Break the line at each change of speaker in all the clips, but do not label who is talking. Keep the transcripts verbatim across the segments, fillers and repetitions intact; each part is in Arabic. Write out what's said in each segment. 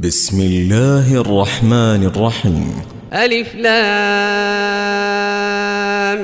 بسم الله الرحمن الرحيم.
ألف لام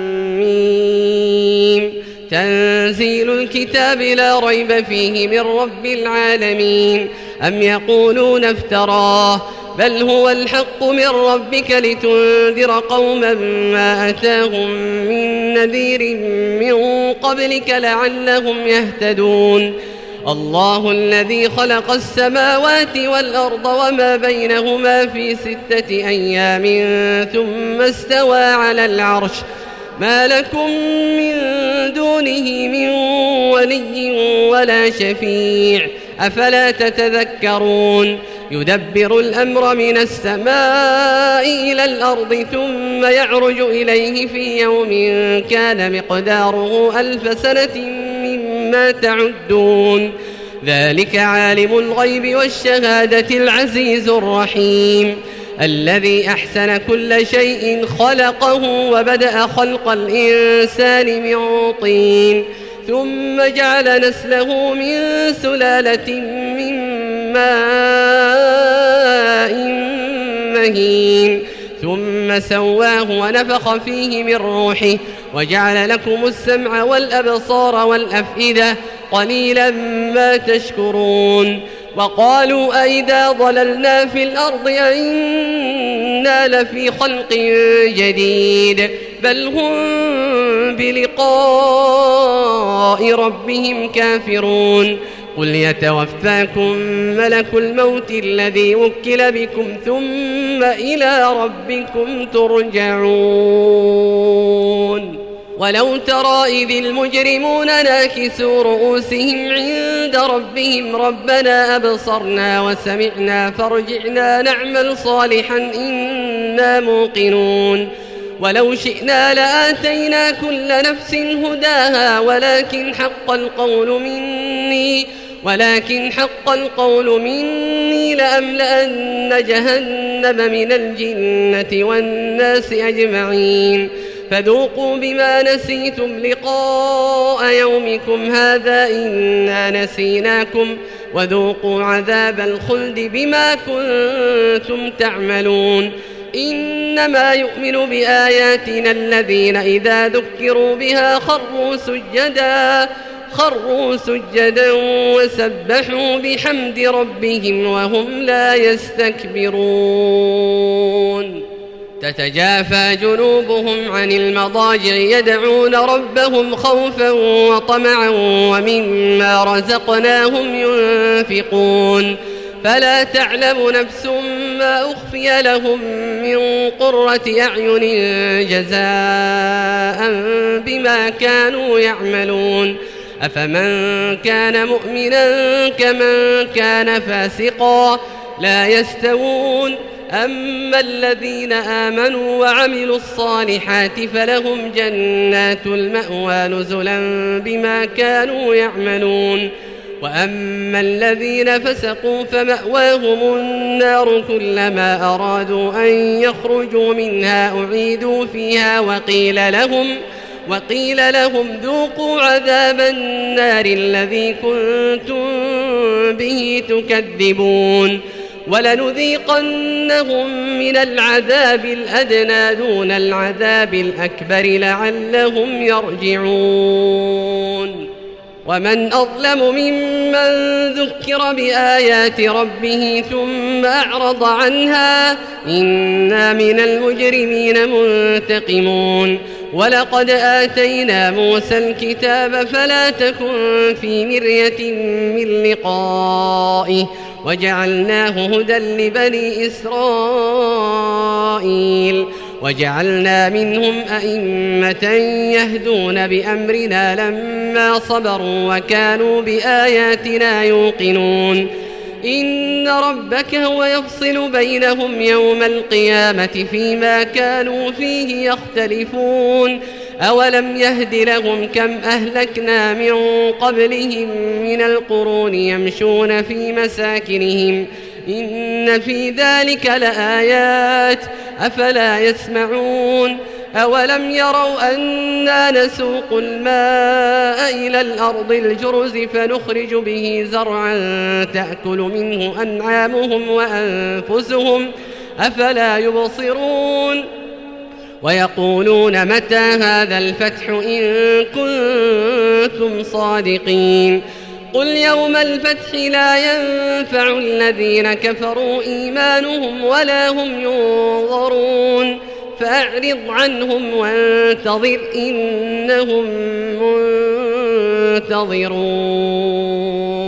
ميم. تنزيل الكتاب لا ريب فيه من رب العالمين. أم يقولون افتراه بل هو الحق من ربك لتنذر قوما ما أتاهم من نذير من قبلك لعلهم يهتدون. الله الذي خلق السماوات والأرض وما بينهما في ستة أيام ثم استوى على العرش ما لكم من دونه من ولي ولا شفيع أفلا تتذكرون. يدبر الأمر من السماء إلى الأرض ثم يعرج إليه في يوم كان مقداره ألف سنة مما تعدون. ذلك عالم الغيب والشهادة العزيز الرحيم الذي أحسن كل شيء خلقه وبدأ خلق الإنسان من طين ثم جعل نسله من سلالة من ماء مهين ثم سواه ونفخ فيه من روحه وجعل لكم السمع والأبصار والأفئدة قليلا ما تشكرون. وقالوا أئذا ضللنا في الأرض أئنا لفي خلق جديد بل هم بلقاء ربهم كافرون. قل يتوفاكم ملك الموت الذي وكل بكم ثم إلى ربكم ترجعون. ولو ترى إذ المجرمون ناكسوا رؤوسهم عند ربهم ربنا أبصرنا وسمعنا فارجعنا نعمل صالحا إنا موقنون. ولو شئنا لآتينا كل نفس هداها ولكن حق القول مني ولكن حق القول مني لأملأن جهنم من الجنة والناس أجمعين. فذوقوا بما نسيتم لقاء يومكم هذا إنا نسيناكم وذوقوا عذاب الخلد بما كنتم تعملون. إنما يؤمن بآياتنا الذين إذا ذكروا بها خروا سجدا خروا سجدا وسبحوا بحمد ربهم وهم لا يستكبرون. تتجافى جنوبهم عن المضاجع يدعون ربهم خوفا وطمعا ومما رزقناهم ينفقون. فلا تعلم نفس ما أخفي لهم من قرة أعين جزاء بما كانوا يعملون. أفمن كان مؤمنا كمن كان فاسقا لا يستوون. أما الذين آمنوا وعملوا الصالحات فلهم جنات المأوى نزلا بما كانوا يعملون. وأما الذين فسقوا فمأواهم النار كلما أرادوا أن يخرجوا منها أعيدوا فيها وقيل لهم وقيل لهم ذوقوا عذاب النار الذي كنتم به تكذبون. ولنذيقنهم من العذاب الأدنى دون العذاب الأكبر لعلهم يرجعون. ومن أظلم ممن ذكر بآيات ربه ثم أعرض عنها إنا من المجرمين منتقمون. ولقد آتينا موسى الكتاب فلا تكن في مرية من لقائه وجعلناه هدى لبني إسرائيل وجعلنا منهم أئمة يهدون بأمرنا لما صبروا وكانوا بآياتنا يوقنون. إن ربك هو يفصل بينهم يوم القيامة فيما كانوا فيه يختلفون. أولم يهد لهم كم أهلكنا من قبلهم من القرون يمشون في مساكنهم إن في ذلك لآيات أفلا يسمعون. أولم يروا أنا نسوق الماء إلى الأرض الجرز فنخرج به زرعا تأكل منه أنعامهم وأنفسهم أفلا يبصرون ويقولون متى هذا الفتح إن كنتم صادقين قل يوم الفتح لا ينفع الذين كفروا إيمانهم ولا هم ينظرون فأعرض عنهم وانتظر إنهم منتظرون.